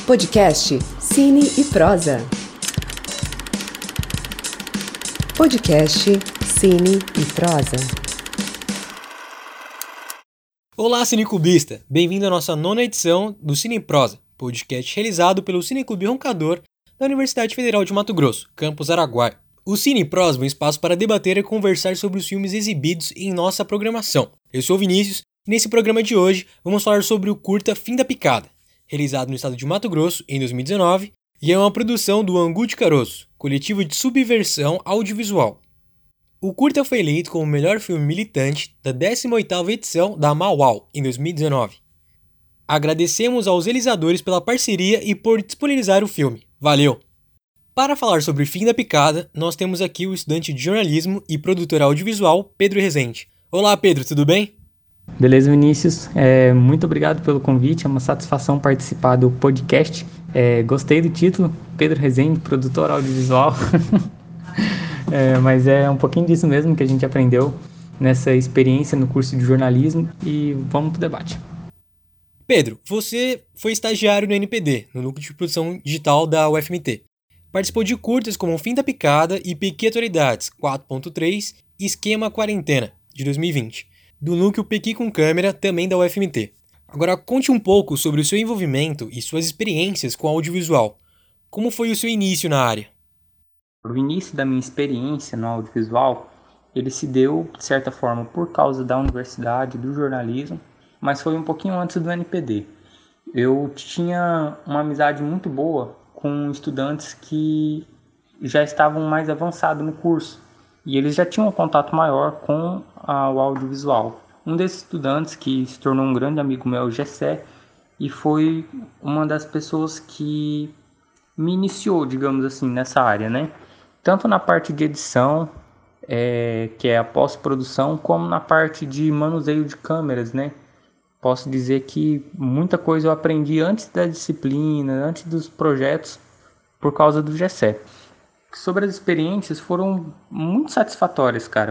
Podcast Cine e Prosa. Podcast Cine e Prosa. Olá, cineclubista! Bem-vindo à nossa 9ª edição do Cine e Prosa, podcast realizado pelo Cineclube Roncador da Universidade Federal de Mato Grosso, campus Araguaia. O Cine e Prosa é um espaço para debater e conversar sobre os filmes exibidos em nossa programação. Eu sou o Vinícius e nesse programa de hoje vamos falar sobre o curta Fim da Picada, realizado no estado de Mato Grosso em 2019 e é uma produção do Angu de Caroço, coletivo de subversão audiovisual. O curta foi eleito como o melhor filme militante da 18ª edição da Mauau, em 2019. Agradecemos aos realizadores pela parceria e por disponibilizar o filme. Valeu! Para falar sobre Fim da Picada, nós temos aqui o estudante de jornalismo e produtor audiovisual, Pedro Rezende. Olá, Pedro, tudo bem? Beleza, Vinícius. Muito obrigado pelo convite, é uma satisfação participar do podcast. Gostei do título, Pedro Rezende, produtor audiovisual. Mas é um pouquinho disso mesmo que a gente aprendeu nessa experiência no curso de jornalismo e vamos pro debate. Pedro, você foi estagiário no NPD, no Núcleo de Produção Digital da UFMT. Participou de curtas como Fim da Picada e Pequi Atualidades 4.3 e Esquema Quarentena, de 2020, do Núcleo Pequi com Câmera, também da UFMT. Agora conte um pouco sobre o seu envolvimento e suas experiências com audiovisual. Como foi o seu início na área? O início da minha experiência no audiovisual, ele se deu, de certa forma, por causa da universidade, do jornalismo, mas foi um pouquinho antes do NPD. Eu tinha uma amizade muito boa com estudantes que já estavam mais avançados no curso, e eles já tinham um contato maior com o audiovisual. Um desses estudantes, que se tornou um grande amigo meu, é o Gessé, e foi uma das pessoas que me iniciou, digamos assim, nessa área, né? Tanto na parte de edição, que é a pós-produção, como na parte de manuseio de câmeras, né? Posso dizer que muita coisa eu aprendi antes da disciplina, antes dos projetos, por causa do Gessé. Sobre as experiências, foram muito satisfatórias, cara.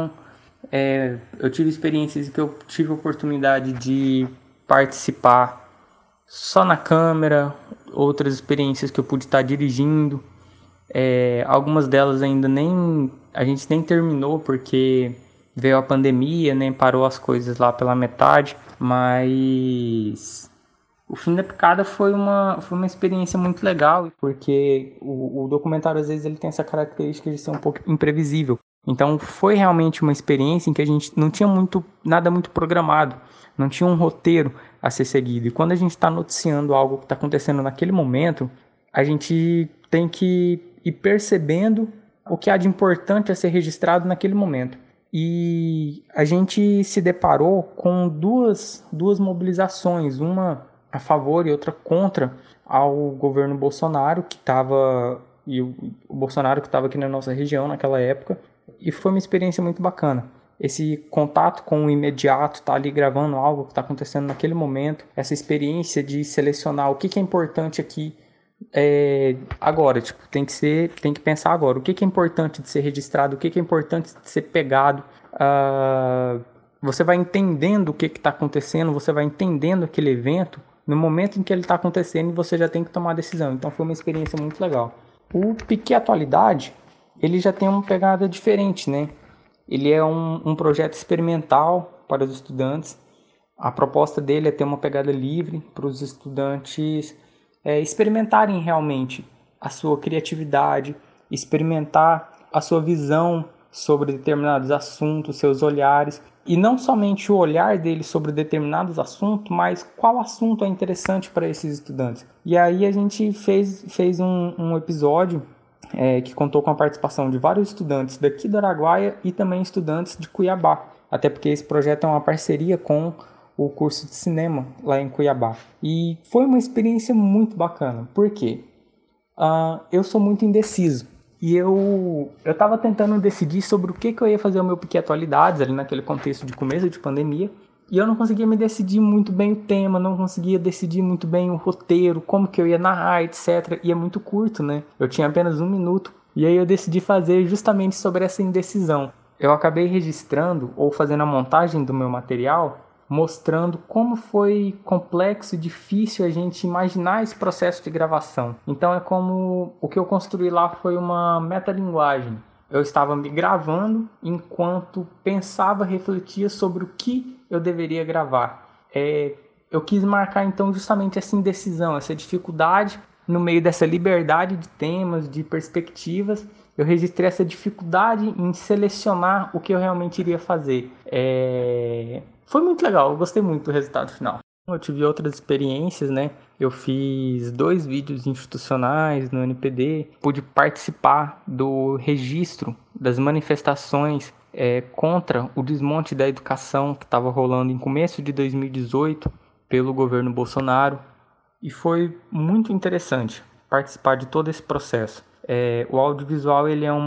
Eu tive experiências que eu tive a oportunidade de participar só na câmera, outras experiências que eu pude estar dirigindo. Algumas delas ainda a gente nem terminou porque veio a pandemia, né? Parou as coisas lá pela metade, mas o Fim da Picada foi uma experiência muito legal, porque o documentário às vezes ele tem essa característica de ser um pouco imprevisível. Então foi realmente uma experiência em que a gente não tinha nada muito programado, não tinha um roteiro a ser seguido. E quando a gente está noticiando algo que está acontecendo naquele momento, a gente tem que ir percebendo o que há de importante a ser registrado naquele momento. E a gente se deparou com duas mobilizações, uma a favor e outra contra ao governo Bolsonaro, o Bolsonaro que estava aqui na nossa região naquela época, e foi uma experiência muito bacana. Esse contato com o imediato, tá ali gravando algo que está acontecendo naquele momento, essa experiência de selecionar o que é importante aqui agora, tem que pensar agora, o que é importante de ser registrado, o que é importante de ser pegado. Você vai entendendo o que está acontecendo, você vai entendendo aquele evento no momento em que ele está acontecendo e você já tem que tomar a decisão. Então foi uma experiência muito legal. O Pequi Atualidade, ele já tem uma pegada diferente, né? Ele é um projeto experimental para os estudantes. A proposta dele é ter uma pegada livre para os estudantes experimentarem realmente a sua criatividade, experimentar a sua visão sobre determinados assuntos, seus olhares, e não somente o olhar deles sobre determinados assuntos, mas qual assunto é interessante para esses estudantes. E aí a gente fez um episódio que contou com a participação de vários estudantes daqui do Araguaia e também estudantes de Cuiabá, até porque esse projeto é uma parceria com o curso de cinema lá em Cuiabá. E foi uma experiência muito bacana. Por quê? Eu sou muito indeciso. E eu estava tentando decidir sobre o que eu ia fazer o meu Pequi Atualidades, ali naquele contexto de começo de pandemia. E eu não conseguia me decidir muito bem o tema, não conseguia decidir muito bem o roteiro, como que eu ia narrar, etc. E é muito curto, né? Eu tinha apenas 1 minuto. E aí eu decidi fazer justamente sobre essa indecisão. Eu acabei registrando ou fazendo a montagem do meu material mostrando como foi complexo e difícil a gente imaginar esse processo de gravação. Então é como o que eu construí lá foi uma metalinguagem. Eu estava me gravando enquanto pensava, refletia sobre o que eu deveria gravar. Eu quis marcar então justamente essa indecisão, essa dificuldade no meio dessa liberdade de temas, de perspectivas. Eu registrei essa dificuldade em selecionar o que eu realmente iria fazer. Foi muito legal, eu gostei muito do resultado final. Eu tive outras experiências, né? Eu fiz 2 vídeos institucionais no NPD, pude participar do registro das manifestações contra o desmonte da educação que estava rolando em começo de 2018 pelo governo Bolsonaro, e foi muito interessante participar de todo esse processo. O audiovisual ele é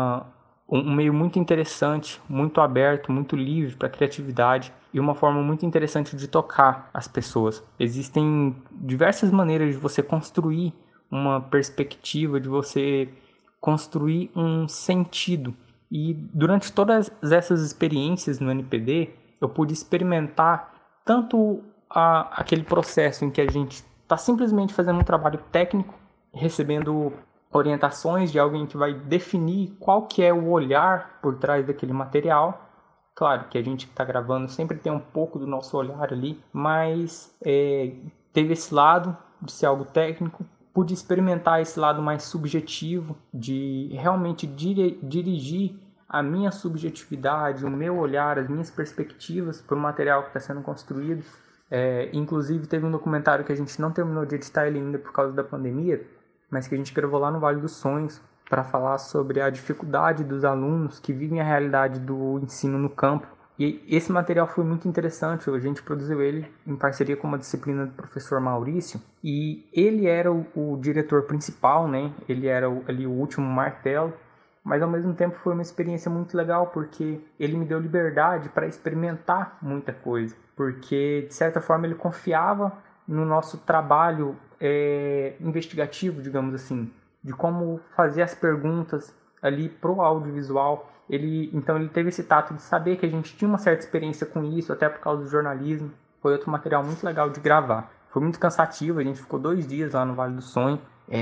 um meio muito interessante, muito aberto, muito livre para a criatividade e uma forma muito interessante de tocar as pessoas. Existem diversas maneiras de você construir uma perspectiva, de você construir um sentido. E durante todas essas experiências no NPD, eu pude experimentar tanto aquele processo em que a gente está simplesmente fazendo um trabalho técnico, recebendo orientações de alguém que vai definir qual que é o olhar por trás daquele material. Claro que a gente que está gravando sempre tem um pouco do nosso olhar ali, mas teve esse lado de ser algo técnico. Pude experimentar esse lado mais subjetivo, de realmente dirigir a minha subjetividade, o meu olhar, as minhas perspectivas para o material que está sendo construído. Inclusive teve um documentário que a gente não terminou de editar ele ainda por causa da pandemia, mas que a gente gravou lá no Vale dos Sonhos para falar sobre a dificuldade dos alunos que vivem a realidade do ensino no campo. E esse material foi muito interessante, a gente produziu ele em parceria com uma disciplina do professor Maurício, e ele era o diretor principal, né? Ele era ali o último martelo, mas ao mesmo tempo foi uma experiência muito legal, porque ele me deu liberdade para experimentar muita coisa, porque de certa forma ele confiava no nosso trabalho investigativo, digamos assim, de como fazer as perguntas ali pro audiovisual. Então ele teve esse tato de saber que a gente tinha uma certa experiência com isso, até por causa do jornalismo. Foi outro material muito legal de gravar. Foi muito cansativo, a gente ficou 2 dias lá no Vale do Sonho.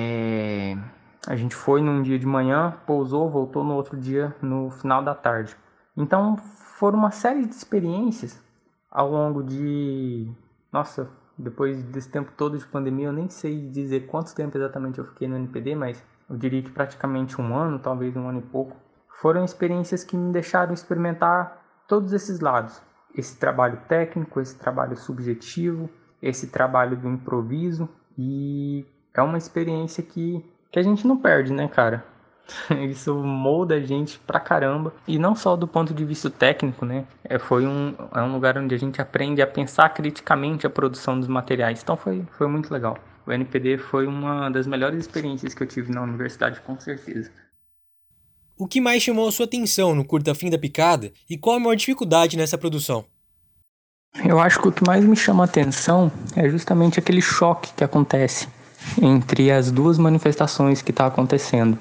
A gente foi num dia de manhã, pousou, voltou no outro dia no final da tarde. Então foram uma série de experiências ao longo de... Nossa, depois desse tempo todo de pandemia, eu nem sei dizer quanto tempo exatamente eu fiquei no NPD, mas eu diria que praticamente 1 ano, talvez 1 ano e pouco. Foram experiências que me deixaram experimentar todos esses lados. Esse trabalho técnico, esse trabalho subjetivo, esse trabalho do improviso. E é uma experiência que a gente não perde, né, cara? Isso molda a gente pra caramba. E não só do ponto de vista técnico, né? É um lugar onde a gente aprende a pensar criticamente a produção dos materiais. Então foi muito legal. O NPD foi uma das melhores experiências que eu tive na universidade, com certeza. O que mais chamou a sua atenção no curta Fim da Picada e qual a maior dificuldade nessa produção? Eu acho que o que mais me chama a atenção é justamente aquele choque que acontece entre as 2 manifestações que estão acontecendo.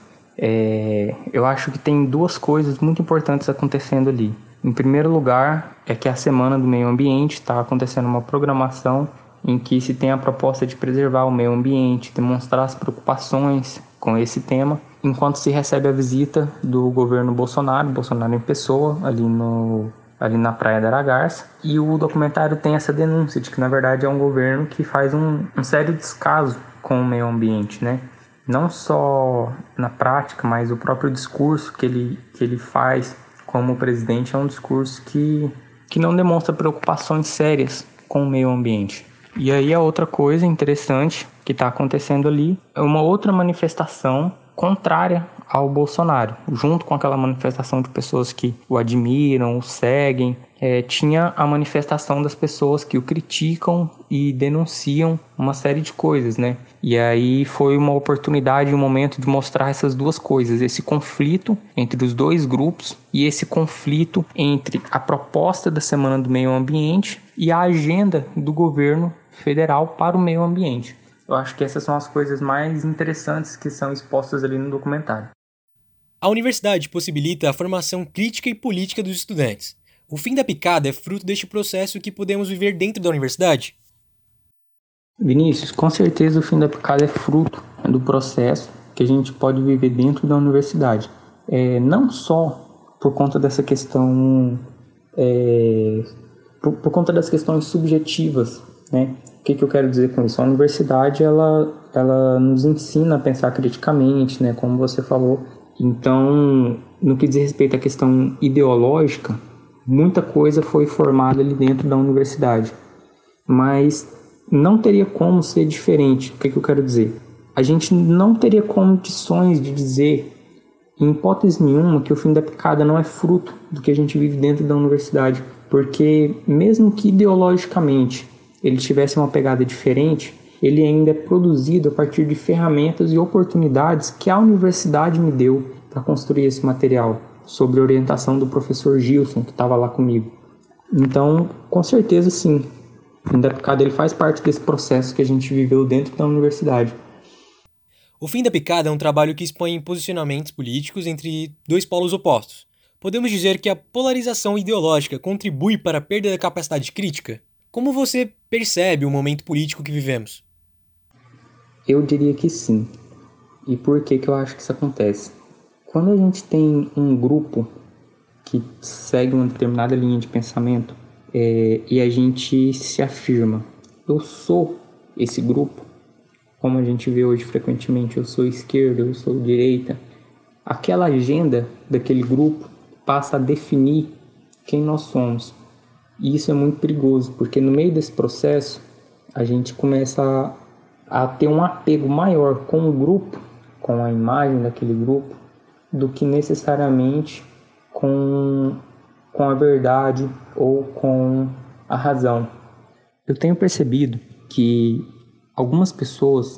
Eu acho que tem 2 coisas muito importantes acontecendo ali. Em primeiro lugar, é que a Semana do Meio Ambiente está acontecendo uma programação em que se tem a proposta de preservar o meio ambiente, demonstrar as preocupações com esse tema, enquanto se recebe a visita do governo Bolsonaro em pessoa, ali na Praia da Aragarça. E o documentário tem essa denúncia de que, na verdade, é um governo que faz um sério descaso com o meio ambiente, né? Não só na prática, mas o próprio discurso que ele faz como presidente é um discurso que não demonstra preocupações sérias com o meio ambiente. E aí a outra coisa interessante que está acontecendo ali é uma outra manifestação contrária ao Bolsonaro, junto com aquela manifestação de pessoas que o admiram, o seguem. Tinha a manifestação das pessoas que o criticam e denunciam uma série de coisas, né? E aí foi uma oportunidade, um momento de mostrar essas 2 coisas, esse conflito entre os 2 grupos e esse conflito entre a proposta da Semana do Meio Ambiente e a agenda do governo federal para o meio ambiente. Eu acho que essas são as coisas mais interessantes que são expostas ali no documentário. A universidade possibilita a formação crítica e política dos estudantes. O fim da picada é fruto deste processo que podemos viver dentro da universidade? Vinícius, com certeza o fim da picada é fruto do processo que a gente pode viver dentro da universidade. Não só por conta dessa questão, por conta das questões subjetivas, né? O que eu quero dizer com isso? A universidade, ela nos ensina a pensar criticamente, né? Como você falou. Então, no que diz respeito à questão ideológica, muita coisa foi formada ali dentro da universidade. Mas não teria como ser diferente. O que eu quero dizer? A gente não teria condições de dizer, em hipótese nenhuma, que o fim da picada não é fruto do que a gente vive dentro da universidade. Porque mesmo que ideologicamente ele tivesse uma pegada diferente, ele ainda é produzido a partir de ferramentas e oportunidades que a universidade me deu para construir esse material, sob a orientação do professor Gilson, que estava lá comigo. Então, com certeza sim, o fim da picada ele faz parte desse processo que a gente viveu dentro da universidade. O fim da picada é um trabalho que expõe posicionamentos políticos entre dois polos opostos. Podemos dizer que a polarização ideológica contribui para a perda da capacidade crítica? Como você percebe o momento político que vivemos? Eu diria que sim. E por que eu acho que isso acontece? Quando a gente tem um grupo que segue uma determinada linha de pensamento e a gente se afirma, eu sou esse grupo, como a gente vê hoje frequentemente, eu sou esquerda, eu sou direita, aquela agenda daquele grupo passa a definir quem nós somos. E isso é muito perigoso, porque no meio desse processo a gente começa a ter um apego maior com o grupo, com a imagem daquele grupo, do que necessariamente com a verdade ou com a razão. Eu tenho percebido que algumas pessoas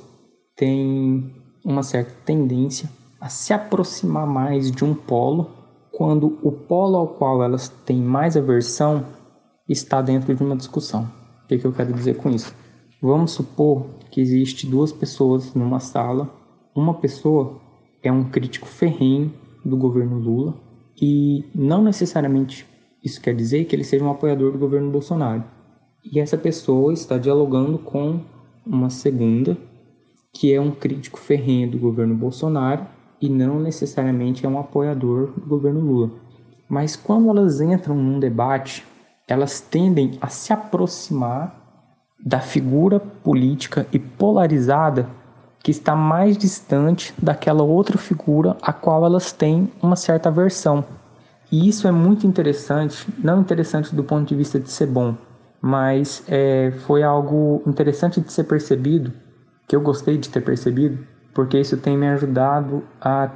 têm uma certa tendência a se aproximar mais de um polo, quando o polo ao qual elas têm mais aversão está dentro de uma discussão. O que eu quero dizer com isso? Vamos supor que existe duas pessoas numa sala. Uma pessoa é um crítico ferrenho do governo Lula e não necessariamente isso quer dizer que ele seja um apoiador do governo Bolsonaro. E essa pessoa está dialogando com uma segunda que é um crítico ferrenho do governo Bolsonaro e não necessariamente é um apoiador do governo Lula. Mas quando elas entram num debate, elas tendem a se aproximar da figura política e polarizada que está mais distante daquela outra figura a qual elas têm uma certa aversão. E isso é muito interessante, não interessante do ponto de vista de ser bom, mas foi algo interessante de ser percebido, que eu gostei de ter percebido, porque isso tem me ajudado a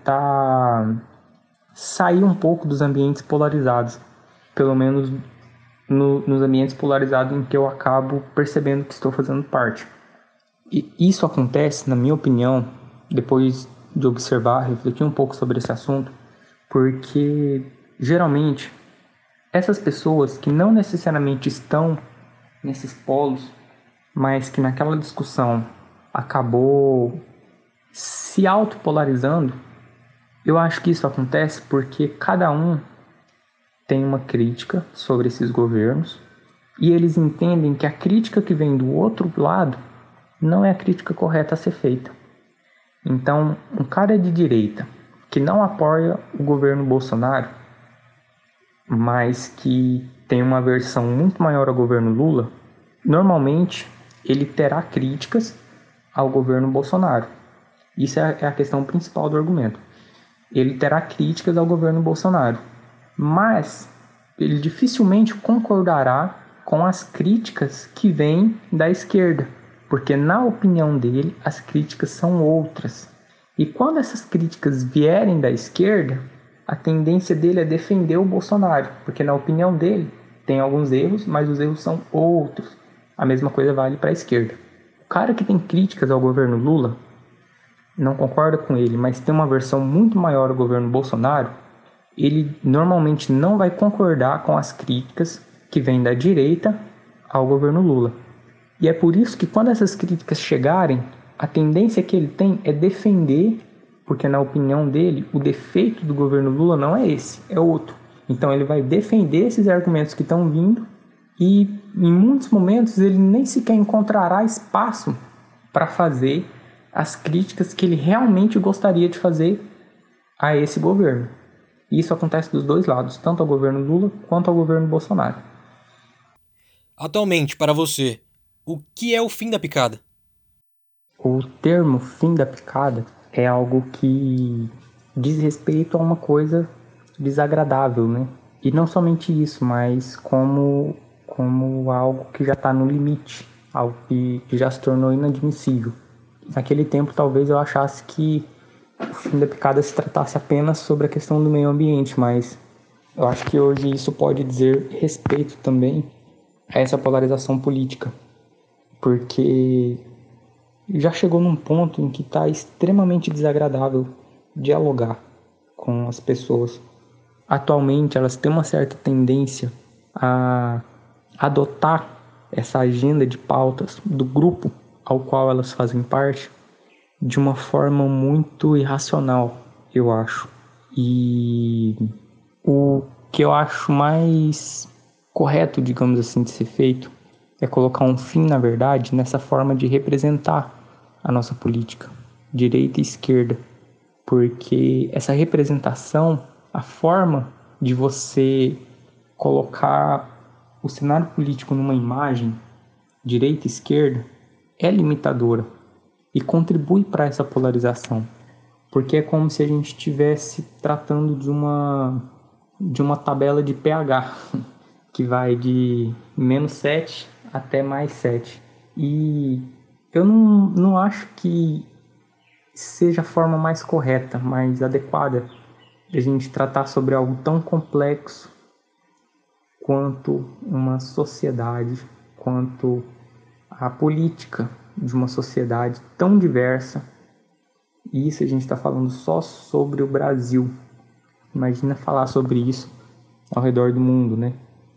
tentar sair um pouco dos ambientes polarizados, pelo menos nos ambientes polarizados em que eu acabo percebendo que estou fazendo parte. E isso acontece, na minha opinião, depois de observar, refletir um pouco sobre esse assunto, porque geralmente essas pessoas que não necessariamente estão nesses polos, mas que naquela discussão acabou se autopolarizando, eu acho que isso acontece porque cada um tem uma crítica sobre esses governos e eles entendem que a crítica que vem do outro lado não é a crítica correta a ser feita. Então, um cara de direita que não apoia o governo Bolsonaro, mas que tem uma aversão muito maior ao governo Lula, normalmente ele terá críticas ao governo Bolsonaro. Isso é a questão principal do argumento. Ele terá críticas ao governo Bolsonaro, mas ele dificilmente concordará com as críticas que vêm da esquerda, porque na opinião dele as críticas são outras. E quando essas críticas vierem da esquerda, a tendência dele é defender o Bolsonaro, porque na opinião dele tem alguns erros, mas os erros são outros. A mesma coisa vale para a esquerda. O cara que tem críticas ao governo Lula, não concorda com ele, mas tem uma versão muito maior ao governo Bolsonaro, ele normalmente não vai concordar com as críticas que vêm da direita ao governo Lula. E é por isso que quando essas críticas chegarem, a tendência que ele tem é defender, porque na opinião dele, o defeito do governo Lula não é esse, é outro. Então ele vai defender esses argumentos que estão vindo e em muitos momentos ele nem sequer encontrará espaço para fazer as críticas que ele realmente gostaria de fazer a esse governo. E isso acontece dos dois lados, tanto ao governo Lula quanto ao governo Bolsonaro. Atualmente, para você, o que é o fim da picada? O termo fim da picada é algo que diz respeito a uma coisa desagradável, né? E não somente isso, mas como algo que já está no limite, algo que já se tornou inadmissível. Naquele tempo, talvez eu achasse que o fim da picada se tratasse apenas sobre a questão do meio ambiente, mas eu acho que hoje isso pode dizer respeito também a essa polarização política, porque já chegou num ponto em que está extremamente desagradável dialogar com as pessoas. Atualmente, elas têm uma certa tendência a adotar essa agenda de pautas do grupo ao qual elas fazem parte de uma forma muito irracional, eu acho. E o que eu acho mais correto, digamos assim, de ser feito é colocar um fim, na verdade, nessa forma de representar a nossa política, direita e esquerda, porque essa representação, a forma de você colocar o cenário político numa imagem, direita e esquerda, é limitadora e contribui para essa polarização, porque é como se a gente estivesse tratando de uma tabela de pH, que vai de -7 até +7. E eu não acho que seja a forma mais correta, mais adequada de a gente tratar sobre algo tão complexo quanto uma sociedade, quanto a política de uma sociedade tão diversa. E isso a gente está falando só sobre o Brasil. Imagina falar sobre isso ao redor do mundo, né?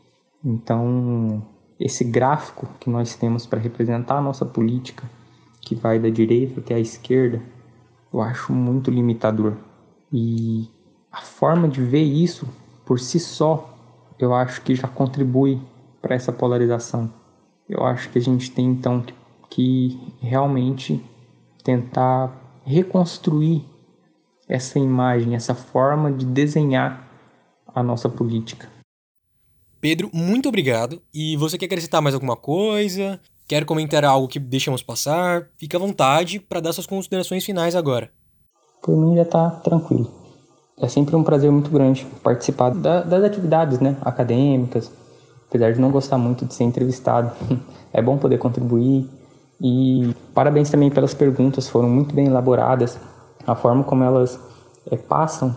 Então, esse gráfico que nós temos para representar a nossa política, que vai da direita até a esquerda, eu acho muito limitador. E a forma de ver isso, por si só, eu acho que já contribui para essa polarização. Eu acho que a gente tem, então, que realmente tentar reconstruir essa imagem, essa forma de desenhar a nossa política. Pedro, muito obrigado. E você quer acrescentar mais alguma coisa? Quer comentar algo que deixamos passar? Fique à vontade para dar suas considerações finais agora. Por mim já está tranquilo. É sempre um prazer muito grande participar das atividades, né, acadêmicas, apesar de não gostar muito de ser entrevistado. É bom poder contribuir. E parabéns também pelas perguntas, foram muito bem elaboradas. A forma como elas passam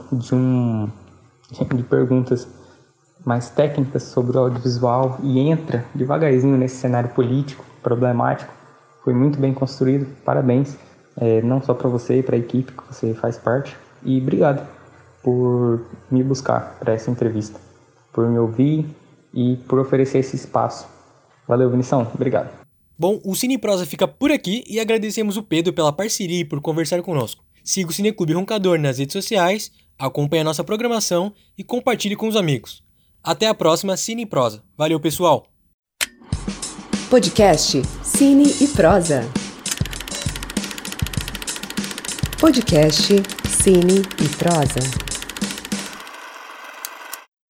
de perguntas mais técnicas sobre o audiovisual e entra devagarzinho nesse cenário político, problemático, foi muito bem construído. Parabéns, não só para você e para a equipe que você faz parte. E obrigado por me buscar para essa entrevista, por me ouvir e por oferecer esse espaço. Valeu, Vinição. Obrigado. Bom, o Cine Prosa fica por aqui e agradecemos o Pedro pela parceria e por conversar conosco. Siga o Cineclube Roncador nas redes sociais, acompanhe a nossa programação e compartilhe com os amigos. Até a próxima Cine Prosa. Valeu, pessoal! Podcast Cine e Prosa. Podcast Cine e Prosa.